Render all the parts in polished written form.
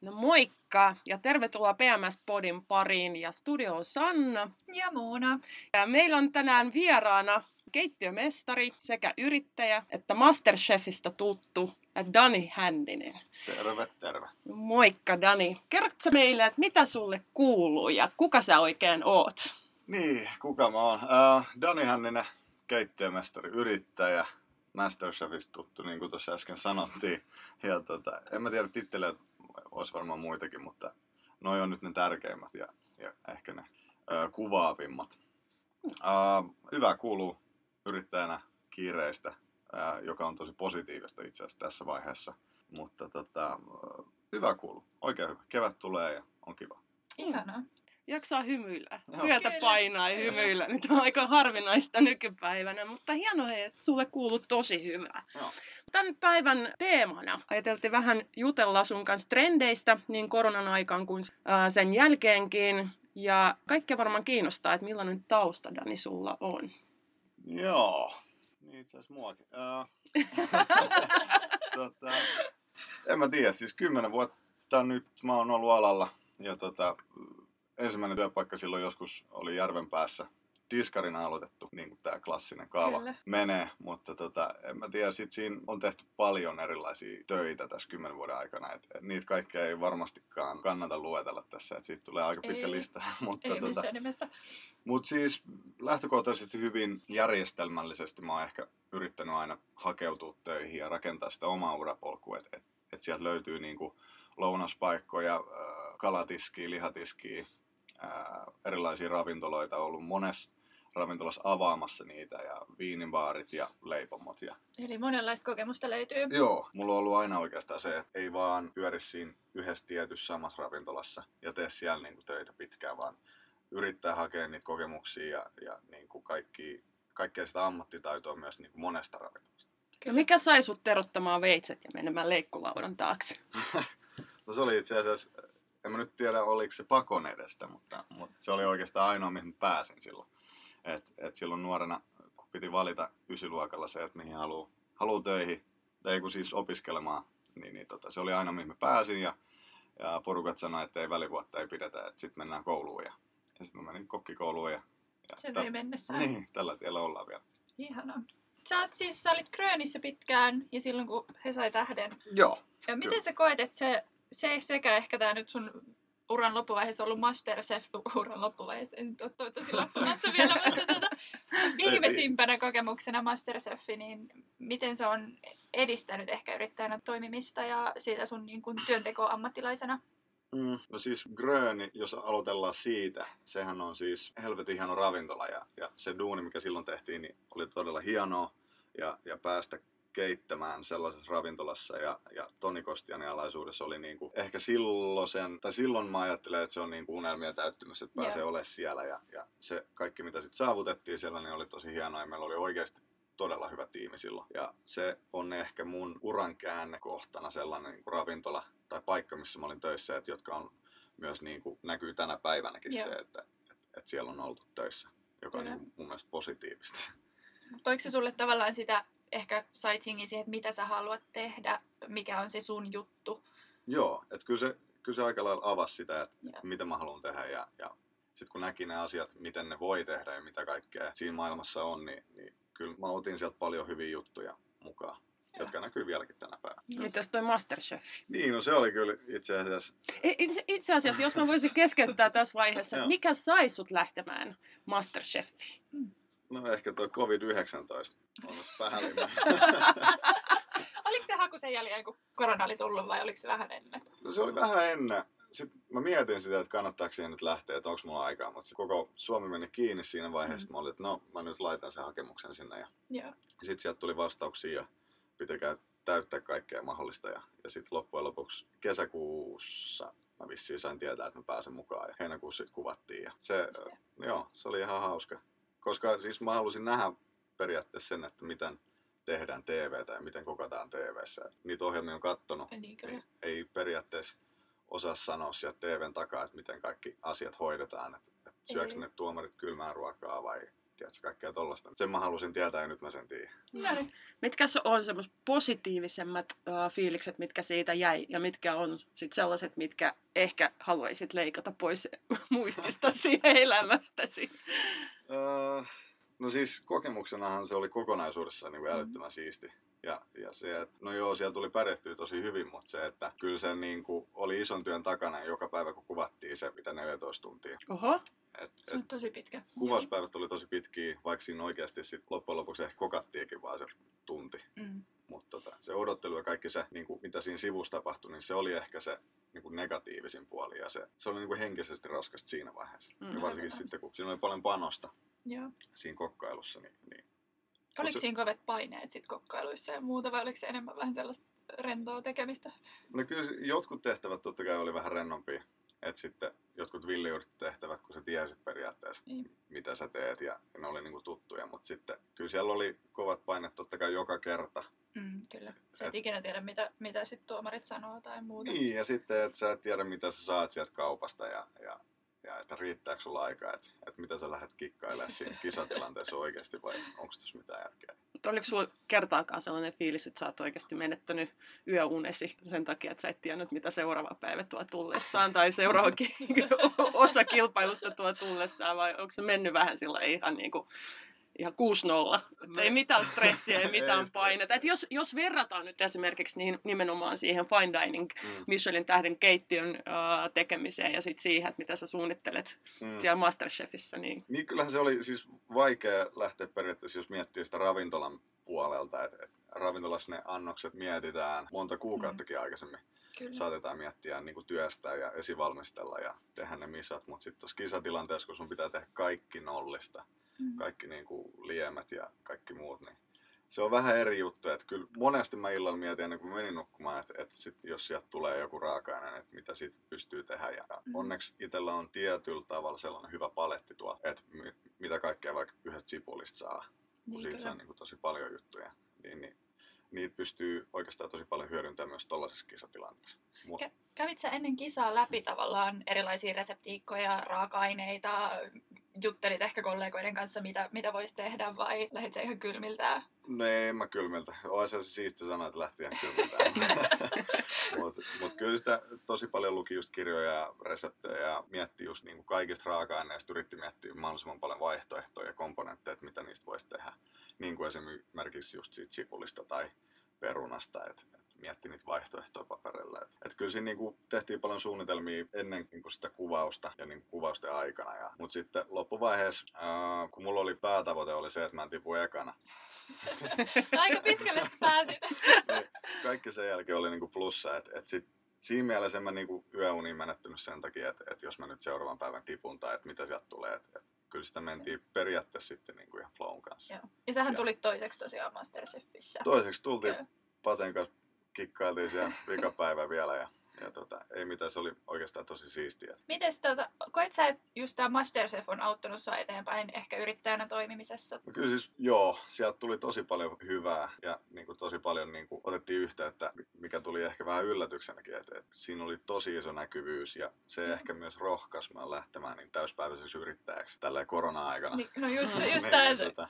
No moikka ja tervetuloa PMS-podin pariin ja studio on Sanna. Ja Moona. Ja meillä on tänään vieraana keittiömestari sekä yrittäjä että Masterchefista tuttu Dani Hänninen. Terve. Moikka Dani. Kerrotko sä meille, että mitä sulle kuuluu ja kuka sä oikein oot? Niin, kuka mä oon? Dani Hänninen, keittiömestari, yrittäjä, Masterchefista tuttu, niin kuin tuossa äsken sanottiin. Ja en mä tiedä titteleitä, olisi varmaan muitakin, mutta noi on nyt ne tärkeimmät ja ehkä ne kuvaavimmat. Hyvä kuuluu yrittäjänä kiireistä, joka on tosi positiivista itse asiassa tässä vaiheessa. Mutta hyvä kuuluu, oikein hyvä. Kevät tulee ja on kiva. Ihanaa. Jaksaa hymyillä. Joo. Työtä Kyllä. painaa ja hymyillä. Nyt on aika harvinaista nykypäivänä, mutta hienoa, että sulle kuuluu tosi hyvää. Joo. Tämän päivän teemana ajateltiin vähän jutella sun kanssa trendeistä niin koronan aikaan kuin sen jälkeenkin. Ja kaikkea varmaan kiinnostaa, että millainen tausta Dani sulla on. Joo, niin itse asiassa muakin. En mä tiedä, siis 10 vuotta nyt mä oon ollut alalla ja ensimmäinen työpaikka silloin joskus oli Järvenpäässä tiskarina aloitettu, niin kuin tää klassinen kaava Kyllä. menee, mutta en mä tiedä, sit siinä on tehty paljon erilaisia töitä tässä 10 vuoden aikana, et niitä kaikkea ei varmastikaan kannata luetella tässä, että siitä tulee aika pitkä Ei. lista, mutta Ei missään nimessä. mutta siis lähtökohtaisesti hyvin järjestelmällisesti mä oon ehkä yrittänyt aina hakeutua töihin ja rakentaa sitä omaa urapolkua, että sieltä löytyy niinku lounaspaikkoja, kalatiskiä, lihatiskiä, erilaisia ravintoloita, on ollut monessa ravintolassa avaamassa niitä ja viinibaarit ja leipomot. Eli monenlaista kokemusta löytyy. Joo, mulla on ollut aina oikeastaan se, että ei vaan pyöri siinä yhdessä tietyssä samassa ravintolassa ja tee siellä niinku töitä pitkään, vaan yrittää hakea niitä kokemuksia ja niinku kaikkea sitä ammattitaitoa myös niinku monesta ravintolasta. Ja mikä sai sut erottamaan veitset ja menemään leikkulaudan taakse? No se oli itse asiassa, en mä nyt tiedä oliko se pakon edestä, mutta se oli oikeastaan ainoa mihin pääsin silloin. Et silloin nuorena, kun piti valita 9-luokalla se, että mihin haluaa töihin, tai kun siis opiskelemaan, niin se oli aina mihin mä pääsin ja porukat sanoi, että ei välivuotta ei pidetä, että sitten mennään kouluun ja sitten mä menin kokkikouluun ja Se vei mennessään. Niin, tällä tiellä ollaan vielä. Ihanaa. Sä olit Grönissä pitkään ja silloin kun he sai tähden. Joo. Ja miten Kyllä. sä koet, että se sekä ehkä tää nyt sun uran loppuvaiheessa ollut Masterchef-uran loppuvaiheessa, en nyt ole tosi loppumassa vielä, mutta viimeisimpänä kokemuksena Masterchef, niin miten se on edistänyt ehkä yrittäjänä toimimista ja siitä sun niin kuin työntekoa ammattilaisena? No siis Gröni, jos aloitellaan siitä, sehän on siis helvetin hieno ravintola ja se duuni, mikä silloin tehtiin, niin oli todella hienoa ja päästä keittämään sellaisessa ravintolassa ja Toni Kostianin alaisuudessa oli niinku, ehkä silloin mä ajattelen, että se on niinku unelmia täyttymys, että pääsee olemaan siellä ja se kaikki mitä sitten saavutettiin siellä, niin oli tosi hienoa ja meillä oli oikeasti todella hyvä tiimi silloin. Ja se on ehkä mun uran käännekohtana sellainen niinku ravintola tai paikka, missä mä olin töissä, että jotka on myös niinku, näkyy tänä päivänäkin se, että siellä on oltu töissä, joka on niinku mun mielestä positiivista. Toiko se sulle tavallaan sitä ehkä sightseeingin siihen, että mitä sä haluat tehdä, mikä on se sun juttu? Joo, että kyllä se aika lailla avasi sitä, että mitä mä haluan tehdä ja sitten kun näki ne asiat, miten ne voi tehdä ja mitä kaikkea siinä maailmassa on, niin kyllä mä otin sieltä paljon hyviä juttuja mukaan, jotka näkyy vieläkin tänä päivänä. Mitäs toi Masterchef? Niin, no se oli kyllä itse asiassa. Itse asiassa, jos mä voisin keskeyttää tässä vaiheessa, Joo. mikä sai sut lähtemään Masterchefiin? No ehkä toi COVID-19 on myös päällimmäinen. Oliko se haku sen jälkeen, kun korona oli tullut vai oliko se vähän ennen? No se oli vähän ennen. Sitten mä mietin sitä, että kannattaako siihen nyt lähteä, että onko mulla aikaa, mutta koko Suomi meni kiinni siinä vaiheessa, mä olin, että no mä nyt laitan sen hakemuksen sinne ja sitten sieltä tuli vastauksia ja piti täyttää kaikkea mahdollista ja sitten loppujen lopuksi kesäkuussa mä vissiin sain tietää, että mä pääsen mukaan ja heinäkuussa sitten kuvattiin ja se oli ihan hauska, koska siis mä halusin nähdä periaatteessa sen, että miten tehdään TVtä ja miten kokataan TVssä. Niitä ohjelmia on kattonut, niin ei periaatteessa osaa sanoa sieltä TVn takaa, että miten kaikki asiat hoidetaan. Että syöksä ne tuomarit kylmää ruokaa vai tiedätkö, kaikkea tollaista. Sen mä halusin tietää ja nyt mä sen tiedän. No niin. Mitkä on semmoiset positiivisemmat fiilikset, mitkä siitä jäi, ja mitkä on sit sellaiset, mitkä ehkä haluaisit leikata pois muististasi ja elämästäsi? No siis kokemuksenahan se oli kokonaisuudessaan niin kuin älyttömän siisti. Ja se, että no joo, siellä tuli pärjättyä tosi hyvin, mutta se, että kyllä se niin kuin oli ison työn takana joka päivä, kun kuvattiin se, mitä 14 tuntia. Oho. Se on tosi pitkä. Kuvauspäivät oli tosi pitkiä, vaikka siinä oikeasti sit loppujen lopuksi ehkä kokattiinkin vaan se tunti. Mutta se odottelu ja kaikki se, niin kuin, mitä siinä sivussa tapahtui, niin se oli ehkä se niin kuin negatiivisin puoli. Ja se oli niin kuin henkisesti raskasta siinä vaiheessa. Ja varsinkin sitten, kun siinä oli paljon panosta siinä kokkailussa. Niin. Oliko siinä kovet paineet sit kokkailuissa ja muuta, vai oliko se enemmän vähän sellaista rentoa tekemistä? No kyllä jotkut tehtävät totta kai oli vähän rennompia. Että sitten jotkut villiudet tehtävät, kun sä tiesit periaatteessa, mitä sä teet, ja ne oli niinku tuttuja. Mutta sitten kyllä siellä oli kovat painet totta kai joka kerta. Kyllä. Sä et ikinä tiedä, mitä sitten tuomarit sanoo tai muuta. Niin, ja sitten, että sä et tiedä, mitä sä saat sieltä kaupasta, ja että riittääkö sulla aikaa, että mitä sä lähdet kikkailemaan siinä kisatilanteessa oikeasti, vai onko tässä mitään järkeä. Mutta oliko sulla kertaakaan sellainen fiilis, että sä oot oikeasti menettänyt yöunesi sen takia, että sä et tiennyt, mitä seuraava päivä tuo tullessaan, tai seuraava osa kilpailusta tuo tullessaan, vai onko se mennyt vähän sillä ihan niin kuin ihan 6-0. Ei mitään stressiä, ei mitään painetta. Et jos verrataan nyt esimerkiksi nimenomaan siihen fine dining Michelin tähden keittiön tekemiseen ja sit siihen, että mitä sä suunnittelet siellä Masterchefissä. Niin Kyllähän se oli siis vaikea lähteä periaatteessa, jos miettii sitä ravintolan puolelta. Et ravintolassa ne annokset mietitään monta kuukauttakin aikaisemmin. Kyllä. Saatetaan miettiä niin kuin työstää ja esivalmistella ja tehdä ne misat. Mutta sitten tuossa kisatilanteessa, kun sun pitää tehdä kaikki nollista, kaikki niin kuin liemet ja kaikki muut, niin se on vähän eri juttu. Että kyllä monesti mä illalla mietin ennen kuin menin nukkumaan, että sit jos sieltä tulee joku raaka-aine, että mitä siitä pystyy tehdä. Ja onneksi itsellä on tietyllä tavalla sellainen hyvä paletti tuolla, että mitä kaikkea vaikka yhdestä sipulista saa, kun siitä saa niin kuin tosi paljon juttuja. Niin niitä pystyy oikeastaan tosi paljon hyödyntämään myös tollaisessa kisatilanteessa. Kävit sä ennen kisaa läpi tavallaan erilaisia reseptiikkoja, raaka-aineita, juttelit ehkä kollegoiden kanssa, mitä voisi tehdä, vai lähdit sä ihan kylmiltään? No en mä kylmiltä. Olisi se siisti sanoa, että lähti ihan kylmiltään. Mut kyllä sitä tosi paljon luki just kirjoja ja reseptejä ja mietti just niin kuin kaikista raaka-aineista, yritti miettiä mahdollisimman paljon vaihtoehtoja ja komponentteja, että mitä niistä voisi tehdä. Niin kuin esimerkiksi just siitä sipulista tai perunasta, että mietti niitä vaihtoehtoja paperilla. Et kyllä siinä niinku tehtiin paljon suunnitelmia ennen niinku sitä kuvausta ja niinku kuvausten aikana. Mutta sitten loppuvaiheessa, kun mulla oli päätavoite oli se, että mä en tipu ekana. Aika pitkälle pääsit. Niin, kaikki sen jälkeen oli niinku plussa. Siinä mielessä en mä niinku yöuniin menettänyt sen takia, että jos mä nyt seuraavan päivän tipun tai että mitä sieltä tulee. Kyllä sitä mentiin periaatteessa sitten niinku ihan flown kanssa. Joo. Ja sähän tulit toiseksi tosiaan Masterchefissä. Toiseksi tultiin Paten kanssa. Kikkailtiin siellä vikapäivä vielä ja ei mitään, se oli oikeastaan tosi siistiä. Mites koet sä, että just tää Masterchef on auttanut sua eteenpäin ehkä yrittäjänä toimimisessa? No kyllä siis joo, sieltä tuli tosi paljon hyvää ja niinku tosi paljon niinku otettiin yhteyttä, mikä tuli ehkä vähän yllätyksenäkin, että siinä oli tosi iso näkyvyys ja se ehkä myös rohkaisi mä lähtemään niin täyspäiväiseksi yrittäjäksi tällä korona-aikana. No just tää.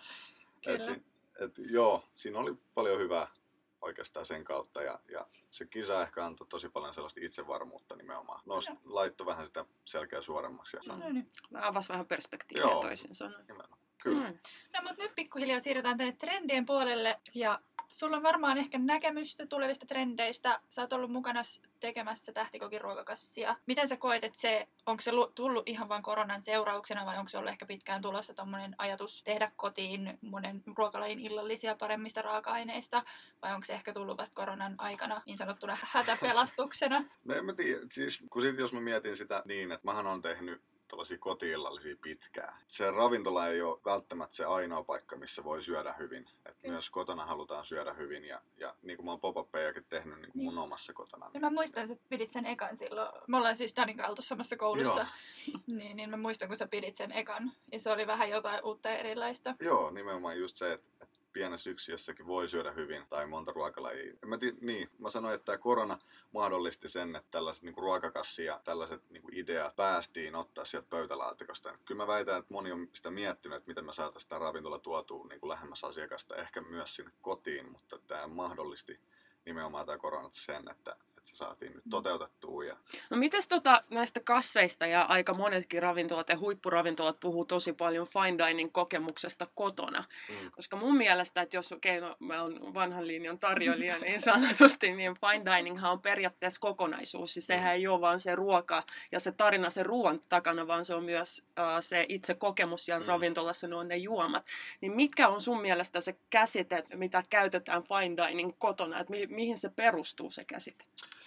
Joo, siinä oli paljon hyvää. Oikeastaan sen kautta ja se kisa ehkä antoi tosi paljon sellaista itsevarmuutta nimenomaan. Laittoi vähän sitä selkeä suoremmaksi. Avasi vähän perspektiiviä toisin sanoen. Kyllä. No mutta nyt pikkuhiljaa siirrytään tänne trendien puolelle ja sulla on varmaan ehkä näkemystä tulevista trendeistä. Sä oot ollut mukana tekemässä Tähtikokin ruokakassia. Miten sä koet, että onko se tullut ihan vain koronan seurauksena vai onko se ollut ehkä pitkään tulossa tommonen ajatus tehdä kotiin monen ruokalajin illallisia paremmista raaka-aineista? Vai onko se ehkä tullut vasta koronan aikana niin sanottuna hätäpelastuksena? No en mä tiedä. Siis, jos mä mietin sitä niin, että mähän on tehnyt tällaisia koti-illallisia pitkään. Se ravintola ei ole välttämättä se ainoa paikka, missä voi syödä hyvin. Myös kotona halutaan syödä hyvin ja niin kuin mä oon pop-uppejakin tehnyt niin kuin mun omassa kotona. Niin mä muistan, että pidit sen ekan silloin. Me ollaan siis Danin kanssa oltu samassa koulussa. Niin mä muistan, kun sä pidit sen ekan. Ja se oli vähän jotain uutta ja erilaista. Joo, nimenomaan just se, että pienessä yksiössäkin voi syödä hyvin tai monta ruokalajia. Mä sanoin, että tämä korona mahdollisti sen, että tällaiset niin kuin ruokakassi ja tällaiset niin kuin ideat päästiin ottaa sieltä pöytälaatikosta. Kyllä mä väitän, että moni on sitä miettinyt, että miten me saataisiin sitä ravintola tuotua niin kuin lähemmäs asiakasta, ehkä myös sinne kotiin, mutta tämä mahdollisti nimenomaan tämä korona sen, että se saatiin nyt toteutettua. No mites näistä kasseista ja aika monetkin ravintolat ja huippuravintolat puhuu tosi paljon fine dining kokemuksesta kotona. Koska mun mielestä, että jos mä oon vanhan linjan tarjoilija niin sanotusti, niin fine dininghan on periaatteessa kokonaisuus. Siis sehän ei ole vaan se ruoka ja se tarina sen ruoan takana, vaan se on myös se itse kokemus siellä ravintolassa, ne on ne juomat. Niin mikä on sun mielestä se käsite, mitä käytetään fine dining kotona? Että mihin se perustuu se käsite?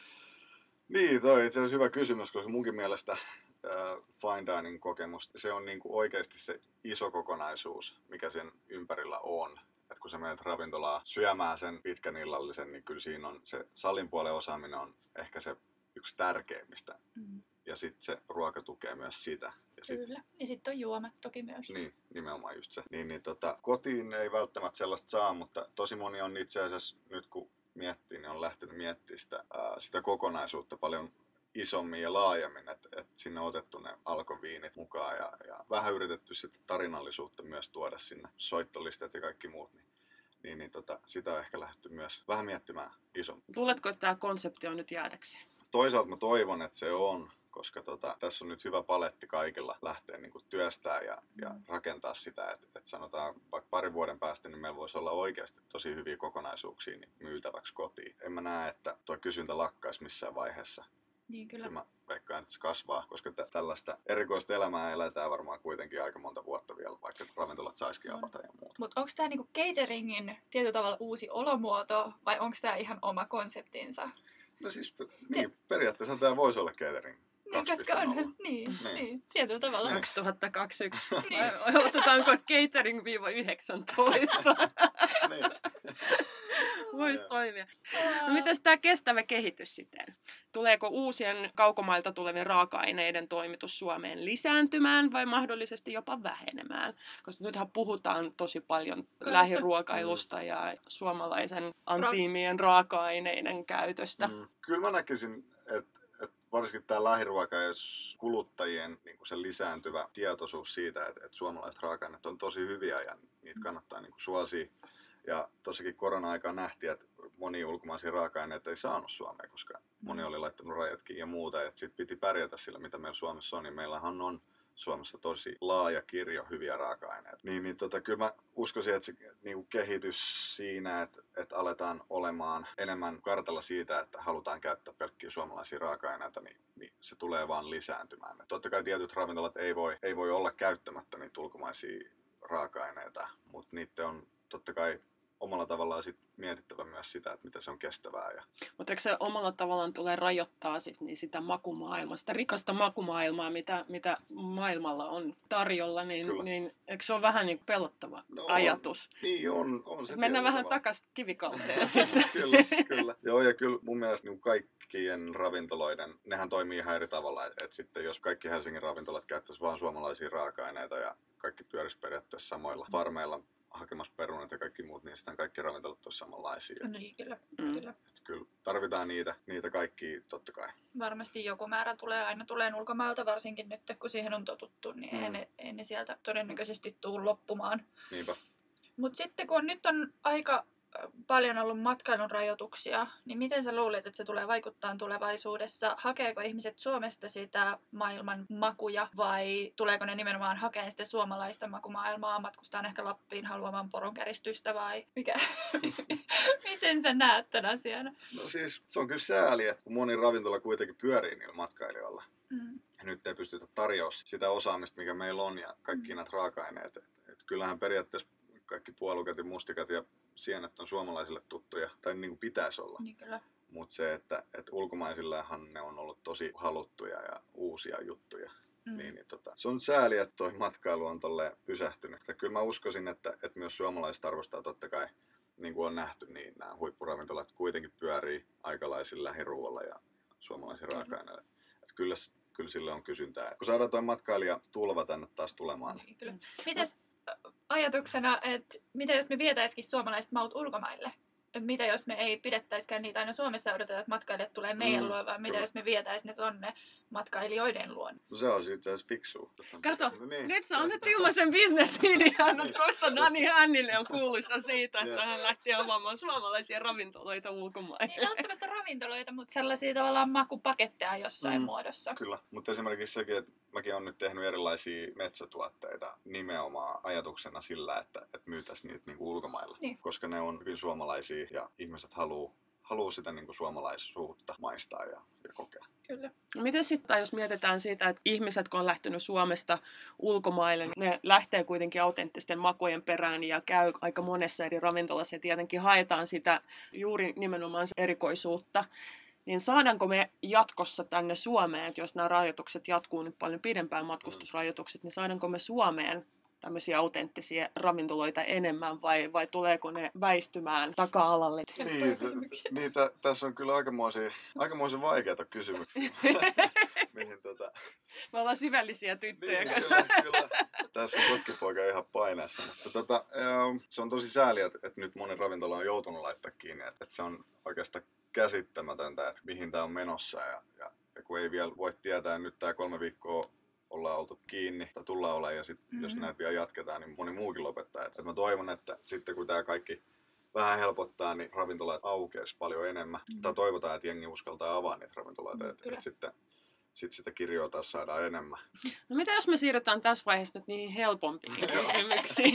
Niin, toi itse asiassa hyvä kysymys, koska munkin mielestä fine dining kokemus, se on niinku oikeasti se iso kokonaisuus, mikä sen ympärillä on. Et kun sä menet ravintolaan syömään sen pitkän illallisen, niin kyllä siinä on se salin puolen osaaminen on ehkä se yksi tärkeimmistä. Ja sitten se ruoka tukee myös sitä. Kyllä. Ja sitten on juomat toki myös. Niin, nimenomaan just se. Kotiin ei välttämättä sellaista saa, mutta tosi moni on itse asiassa nyt kun miettii, niin on lähtenyt miettimään sitä kokonaisuutta paljon isommin ja laajemmin, että sinne on otettu ne alkoviinit mukaan ja vähän yritetty sitä tarinallisuutta myös tuoda sinne, soittolistat ja kaikki muut, sitä on ehkä lähdetty myös vähän miettimään isommin. Luuletko, että tämä konsepti on nyt jäädäkseen? Toisaalta mä toivon, että se on, koska tässä on nyt hyvä paletti kaikilla lähteä niin kuin työstää ja rakentaa sitä, että sanotaan vaikka parin vuoden päästä, niin meillä voisi olla oikeasti tosi hyviä kokonaisuuksia niin myytäväksi kotiin. En mä näe, että tuo kysyntä lakkaisi missään vaiheessa. Niin kyllä. Mä veikkaan, että se kasvaa, koska tällaista erikoista elämää eletään varmaan kuitenkin aika monta vuotta vielä, vaikka ravintolat saisikin avata ja muuta. Mutta onko tämä niinku cateringin tietyllä tavalla uusi olomuoto vai onko tämä ihan oma konseptinsa? No siis periaatteessa tämä voisi olla catering. Niin, koska onhan, niin, tietyllä tavalla. 2021. Vai otetaanko catering-19? Niin. Voisi toimia. No mitäs tämä kestävä kehitys sitten? Tuleeko uusien kaukomailta tulevien raaka-aineiden toimitus Suomeen lisääntymään vai mahdollisesti jopa vähenemään? Koska nythän puhutaan tosi paljon lähiruokailusta ja suomalaisen antiimien raaka-aineiden käytöstä. Kyllä mä näkisin, että varsinkin tämä lähiruoka ja kuluttajien niin se lisääntyvä tietoisuus siitä, että suomalaiset raaka-aineet on tosi hyviä ja niitä kannattaa niin suosia. Ja tossakin korona-aikaan nähtiin, että moni ulkomaisia raaka-aineita ei saanut Suomeen, koska moni oli laittanut rajatkin ja muuta. Että sitten piti pärjätä sillä, mitä meillä Suomessa on. Niin meillähän on Suomessa tosi laaja kirjo hyviä raaka-aineita. Kyllä mä uskoisin, että se niin kehitys siinä, että aletaan olemaan enemmän kartalla siitä, että halutaan käyttää pelkkiä suomalaisia raaka-aineita, niin se tulee vaan lisääntymään. Et totta kai tietyt ravintolat ei voi olla käyttämättä niitä ulkomaisia raaka-aineita, mutta niitä on totta kai omalla tavallaan sit mietittävä myös sitä, että miten se on kestävää. Mutta eikö se omalla tavallaan tulee rajoittaa sitä makumaailmaa, sitä rikasta makumaailmaa, mitä maailmalla on tarjolla, niin eikö se ole vähän niin pelottava ajatus? On se. Mennään vähän takaisin kivikauteen sitten. Kyllä. Joo, ja kyllä mun mielestä niin kaikkien ravintoloiden, nehän toimii ihan eri tavalla. Että sitten jos kaikki Helsingin ravintolat käyttäisivät vain suomalaisia raaka-aineita ja kaikki pyörisi periaatteessa samoilla farmeilla hakemassa perunat ja kaikki muut, niin sitten kaikki ravintolat olisi samanlaisia. Niin, kyllä. Kyllä tarvitaan niitä kaikkia totta kai. Varmasti joku määrä tulee ulkomailta, varsinkin nyt kun siihen on totuttu, niin ei ne sieltä todennäköisesti tule loppumaan. Niinpä. Mutta sitten kun nyt on aika paljon ollut matkailun rajoituksia, niin miten sä luulet, että se tulee vaikuttaa tulevaisuudessa? Hakeeko ihmiset Suomesta sitä maailman makuja vai tuleeko ne nimenomaan hakemaan sitä suomalaista makumaailmaa, matkustaan ehkä Lappiin haluamaan poronkäristystä vai mikä? Miten sä näet tämän asian? No siis se on kyllä sääli, että kun moni ravintola kuitenkin pyörii niillä matkailijoilla. Ja nyt ei pystytä tarjoamaan sitä osaamista, mikä meillä on ja kaikki näitä raaka-aineet. Et kyllähän periaatteessa kaikki puolukat ja mustikat ja sienet on suomalaisille tuttuja, tai niin kuin pitäisi olla. Niin kyllä. Mutta se, että ulkomaisillahan ne on ollut tosi haluttuja ja uusia juttuja. Se on sääli, että toi matkailu on tolleen pysähtynyt. Ja kyllä mä uskoisin, että myös suomalaiset arvostaa totta kai, niin kuin on nähty, niin nämä huippuravintolat kuitenkin pyörii aikalaisilla lähiruualla ja suomalaisilla raaka-aineilla. Kyllä sille on kysyntää. Kun saadaan toi matkailija tulva tänne taas tulemaan. Niin, kyllä. Mites ajatuksena, että mitä jos me vietäisikin suomalaiset maut ulkomaille? Mitä jos me ei pidettäisikään niitä aina Suomessa odotetaan, että matkailijat tulee meidän luo, vaan mitä jos me vietäisiin ne tonne matkailijoiden luon? No se on itse asiassa fiksua. Kato, niin. nyt sä annat ilmaisen bisnesidean, että kohta Dani Hännille on kuuluisa siitä, että hän lähti avaamaan suomalaisia ravintoloita ulkomaille. Ei välttämättä ravintoloita, mutta sellaisia tavallaan makupaketteja jossain muodossa. Kyllä, mutta esimerkiksi sekin, että mäkin olen nyt tehnyt erilaisia metsätuotteita nimenomaan ajatuksena sillä, että myytäisiin niitä niinku ulkomailla, koska ne on hyvin suomalaisia ja ihmiset haluaa sitä niinku suomalaisuutta maistaa ja kokea. Kyllä. No miten sitten, jos mietitään siitä, että ihmiset, kun on lähtenyt Suomesta ulkomaille, ne lähtee kuitenkin autenttisten makujen perään ja käy aika monessa eri ravintolassa ja tietenkin haetaan sitä juuri nimenomaan erikoisuutta. Niin saadaanko me jatkossa tänne Suomeen, että jos nämä rajoitukset jatkuu nyt paljon pidempään, matkustusrajoitukset, niin saadaanko me Suomeen tämmöisiä autenttisia ravintoloita enemmän vai tuleeko ne väistymään taka-alalle? Niitä tässä on kyllä aikamoisen vaikeita kysymyksiä. Me ollaan syvällisiä tyttöjä. Niin, kyllä. Tässä on kokkipoika ihan paineessa. Mutta se on tosi sääli, että nyt moni ravintola on joutunut laittaa kiinni. Että se on oikeastaan käsittämätöntä, että mihin tämä on menossa. Ja kun ei vielä voi tietää, nyt tämä 3 viikkoa ollaan oltu kiinni tai tullaan olemaan ja sitten jos näitä vielä jatketaan, niin moni muukin lopettaa. Et mä toivon, että sitten kun tämä kaikki vähän helpottaa, niin ravintolat aukeaisi paljon enemmän. Tai toivotaan, että jengi uskaltaa avaa niitä ravintoloita, että sitten sitä kirjoa taas saadaan enemmän. No mitä jos me siirrytään tässä vaiheessa nyt niihin helpompiin kysymyksiin?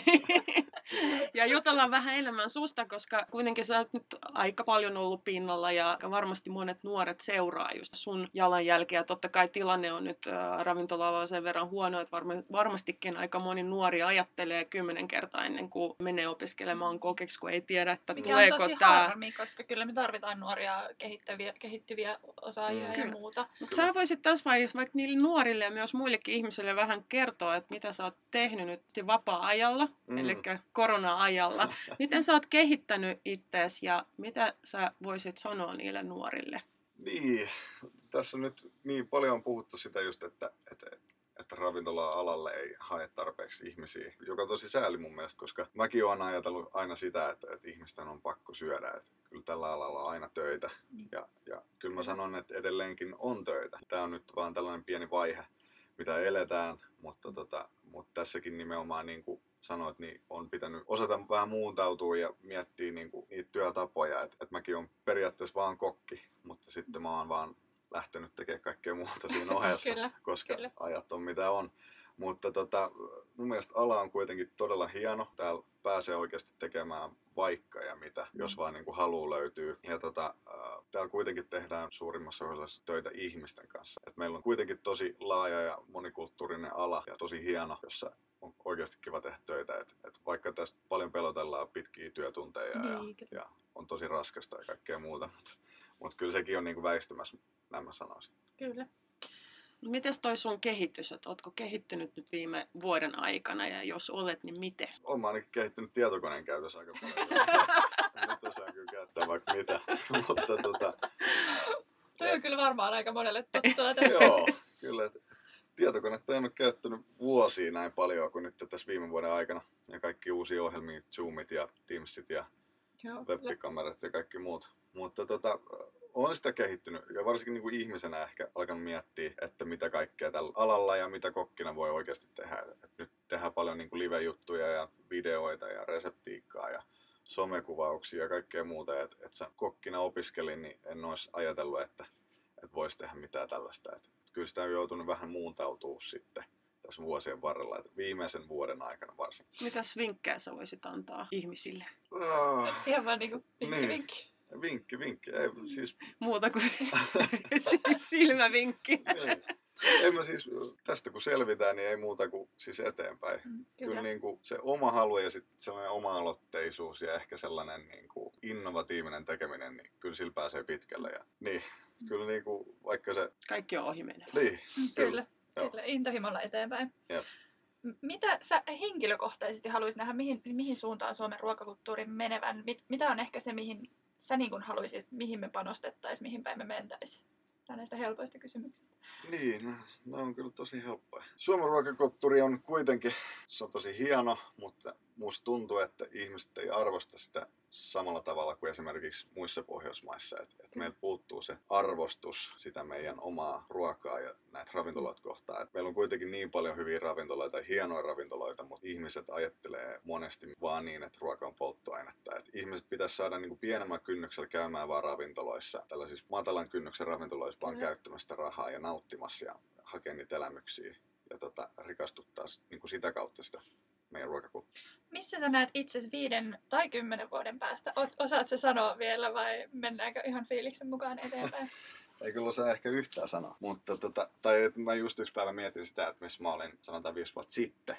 Ja jutellaan vähän enemmän susta, koska kuitenkin sä oot nyt aika paljon ollut pinnalla ja varmasti monet nuoret seuraa just sun jalanjälkeä. Totta kai tilanne on nyt ravintola-alalla sen verran huono, että varmastikin aika moni nuori ajattelee 10 kertaa ennen kuin menee opiskelemaan kokeksi, kun ei tiedä, että mikä tuleeko on tosi harmi, koska kyllä me tarvitaan nuoria kehittyviä osaajia ja muuta. Mutta sä voisit tässä vaiheessa vaikka niille nuorille ja myös muillekin ihmisille vähän kertoa, että mitä sä oot tehnyt nyt vapaa-ajalla, eli korona-ajalla. Miten sä oot kehittänyt itseäsi ja mitä sä voisit sanoa niille nuorille? Niin, tässä on nyt niin paljon puhuttu sitä just, että ravintola-alalle ei hae tarpeeksi ihmisiä, joka on tosi sääli mun mielestä, koska mäkin olen ajatellut aina sitä, että ihmisten on pakko syödä, että kyllä tällä alalla on aina töitä ja kyllä mä sanon, että edelleenkin on töitä. Tämä on nyt vaan tällainen pieni vaihe, mitä eletään, mutta tässäkin nimenomaan niin kuin sanoit, niin on pitänyt osata vähän muuntautua ja miettiä niin kuin niitä työtapoja, että mäkin olen periaatteessa vaan kokki, mutta sitten mä oon vaan lähtenyt tekemään kaikkea muuta siinä ohessa, koska ajat on mitä on. Mutta mun mielestä ala on kuitenkin todella hieno. Täällä pääsee oikeasti tekemään vaikka ja mitä, jos vaan niin kuin halu löytyy. Ja täällä kuitenkin tehdään suurimmassa osassa töitä ihmisten kanssa. Et meillä on kuitenkin tosi laaja ja monikulttuurinen ala ja tosi hieno, jossa on oikeasti kiva tehdä töitä. Et vaikka tästä paljon pelotellaan pitkiä työtunteja ja on tosi raskasta ja kaikkea muuta. Mutta kyllä sekin on niin kuin väistymässä, näin mä sanoisin. Kyllä. Mites toi sun kehitys, että ootko kehittynyt nyt viime vuoden aikana ja jos olet, niin miten? Olen mä ainakin kehittynyt tietokoneen käytössä aika paljon. Nyt osaan kyllä käyttää vaikka mitä. Mutta toi on kyllä varmaan aika monelle tuttua tässä. Joo, kyllä. Tietokonetta en ole käyttänyt vuosia näin paljon kuin nyt tässä viime vuoden aikana. Ja kaikki uusia ohjelmia, Zoomit ja Teamsit ja webikamerat ja kaikki muut. Mutta on sitä kehittynyt ja varsinkin niin kuin ihmisenä ehkä alkanut miettiä, että mitä kaikkea tällä alalla ja mitä kokkina voi oikeasti tehdä. Et nyt tehdään paljon niin kuin live-juttuja ja videoita ja reseptiikkaa ja somekuvauksia ja kaikkea muuta. Et sen kokkina opiskelin, niin en olisi ajatellut, että voisi tehdä mitään tällaista. Et kyllä sitä on joutunut vähän muuntautua sitten tässä vuosien varrella, että viimeisen vuoden aikana varsinkin. Mitäs vinkkejä sä voisit antaa ihmisille? Ihan vaan niinku vinkki. Vinkki. Ei, siis muuta kuin silmävinkki. En mä siis, tästä kun selvitään, niin ei muuta kuin siis eteenpäin. Kyllä niin kuin se oma halu ja sitten sellainen oma-aloitteisuus ja ehkä sellainen niin kuin innovatiivinen tekeminen, niin kyllä sillä pääsee pitkälle. Ja, niin, kyllä niin kuin, vaikka se... Kaikki on ohimenevä. Niin, kyllä. Intohimolla eteenpäin. Jep. Mitä sä henkilökohtaisesti haluaisit nähdä, mihin suuntaan Suomen ruokakulttuurin menevän? Mitä on ehkä se, mihin sä niin kun haluaisit, mihin me panostettaisiin, mihin päin me mentäisiin? näistä helpoista kysymyksistä. Niin, ne on kyllä tosi helppoja. Suomen ruokakulttuuri on kuitenkin, se on tosi hieno, mutta musta tuntuu, että ihmiset ei arvosta sitä samalla tavalla kuin esimerkiksi muissa Pohjoismaissa. Et meiltä puuttuu se arvostus sitä meidän omaa ruokaa ja näitä ravintoloita kohtaan. Et meillä on kuitenkin niin paljon hyviä ravintoloita ja hienoja ravintoloita, mutta ihmiset ajattelee monesti vaan niin, että ruoka on polttoainetta. Et ihmiset pitäisi saada niinku pienemmän kynnyksellä käymään vaan ravintoloissa, tällaisissa matalan kynnyksen ravintoloissa vaan käyttämästä rahaa ja nauttimassa ja hakea niitä elämyksiä ja rikastuttaa niinku sitä kautta sitä meidän ruokakulttuuria. Missä sä näet itsesi 5 tai 10 vuoden päästä? Osaat sä sanoa vielä vai mennäänkö ihan fiiliksen mukaan eteenpäin? Ei kyllä osaa ehkä yhtään sanoa, mutta tai mä just yksi päivä mietin sitä, että missä mä olin sanotaan 5 vuotta sitten.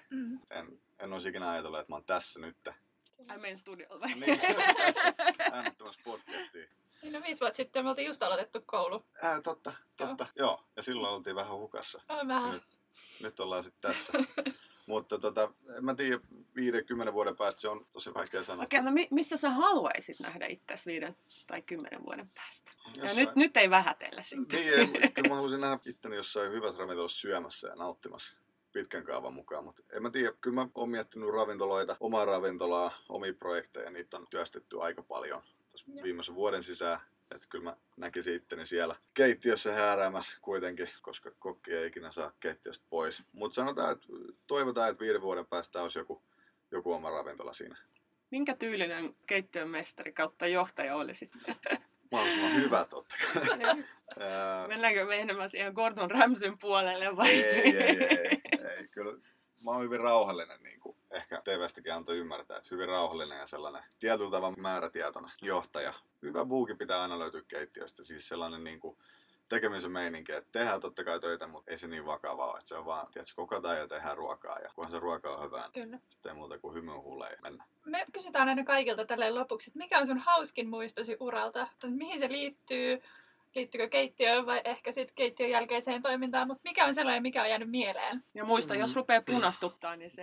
En olisi ikinä ajatellut, että mä oon tässä nyt. Ai meidän studiolla. Niin, tässä äänettömässä podcastiin. Niin no 5 vuotta sitten me oltiin just aloitettu koulu. Totta. Joo. Ja silloin oltiin vähän hukassa. Vähän. Nyt ollaan sitten tässä. Mutta en mä tiedä, 5-10 vuoden päästä se on tosi vaikea sanoa. Okei, no missä sä haluaisit nähdä itsesi 5 tai 10 vuoden päästä? Ja nyt ei vähätellä sitten. Niin, kyllä mä haluaisin nähdä itteni jossain hyvässä ravintolassa syömässä ja nauttimassa pitkän kaavan mukaan. Mutta en mä tiedä, kyllä mä oon miettinyt ravintoloita, omaa ravintolaa, omia projekteja. Niitä on työstetty aika paljon tässä viimeisen vuoden sisään. Että kyllä mä näkisin itteni siellä keittiössä hääräämässä kuitenkin, koska kokki ei ikinä saa keittiöstä pois. Mutta sanotaan, että toivotaan, että 5 vuoden päästä olisi joku oma ravintola siinä. Minkä tyylinen keittiön mestari kautta johtaja oli sitten? Mahdollisimman hyvä totta kai. Mennäänkö me enemmän siihen Gordon Ramsayn puolelle vai? Ei. Kyllä mä oon hyvin rauhallinen, niin kuin ehkä TV:stäkin antoi ymmärtää, että hyvin rauhallinen ja sellainen tietyllä tavalla määrätietoinen johtaja. Hyvä buuki pitää aina löytyä keittiöstä, siis sellainen niin kuin tekemisen meininki, että tehdään totta kai töitä, mutta ei se niin vakavaa ole, että se on vaan, tiedätkö, kokataan ja tehdään ruokaa ja kunhan se ruoka on hyvää, niin sitten ei muuta kuin hymyn huuleen ja mennä. Me kysytään aina kaikilta tälleen lopuksi, että mikä on sun hauskin muistosi uralta, mihin se liittyy? Liittyykö keittiöön vai ehkä sitten keittiön jälkeiseen toimintaan, mutta mikä on sellainen, mikä on jäänyt mieleen? Ja muista, jos rupeaa punastuttaa, niin se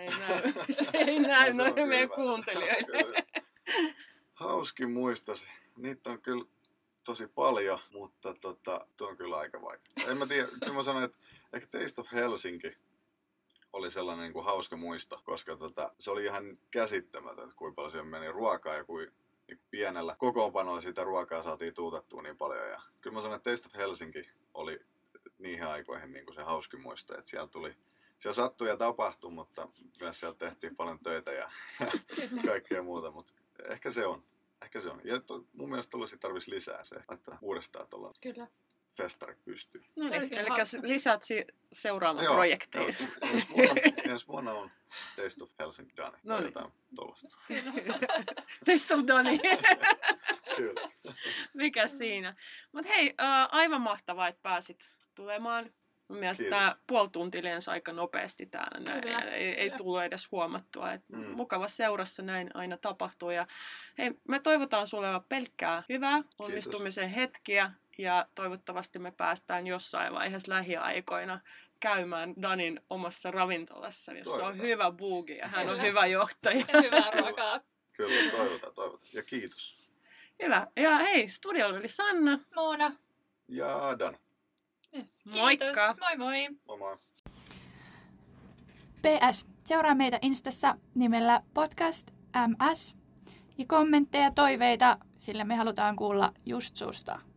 ei näy noille meidän kuuntelijoille. Hauskin muistosi. Niitä on kyllä tosi paljon, mutta tuo on kyllä aika vaikea. En mä tiedä, kyllä mä sanoin, että ehkä Taste of Helsinki oli sellainen niin kuin hauska muisto, koska se oli ihan käsittämätön, kuinka paljon siihen meni ruokaa ja kuin niin pienellä kokoonpanolla sitä ruokaa saatiin tuutettua niin paljon. Ja kyllä mä sanon, että Taste of Helsinki oli niihin aikoihin niin kuin se hauskin muisto, että siellä sattui ja tapahtui, mutta myös siellä tehtiin paljon töitä ja kaikkea muuta, mutta ehkä se on. Ja mun mielestä tuollaisia tarvitsisi lisää se, että uudestaan tuolla festari pystyy. No niin, eli lisät seuraavan projektiin. Ensi vuonna on Taste of Helsinki Dani tai jotain tuollaista. Taste of Dani. Kyllä. Mikä siinä. Mutta hei, aivan mahtavaa, että pääsit tulemaan. Mun mielestä tämä puoli tuntia lensi aika nopeasti täällä. Ei tullut edes huomattua. Mukava seurassa näin aina tapahtuu. Ja hei, me toivotaan sulle pelkkää hyvää onnistumisen hetkiä. Ja toivottavasti me päästään jossain vaiheessa lähiaikoina käymään Danin omassa ravintolassa, jossa on hyvä buugi ja hän on hyvä johtaja. Ja hyvää ruokaa. Kyllä, toivotaan. Ja kiitos. Hyvä. Ja hei, studiolla oli Sanna. Moona. Ja Dani. Moikka! Moi moi! Moi moi! PS. Seuraa meitä Instassa nimellä podcast ms. Ja kommentteja ja toiveita, sillä me halutaan kuulla just susta.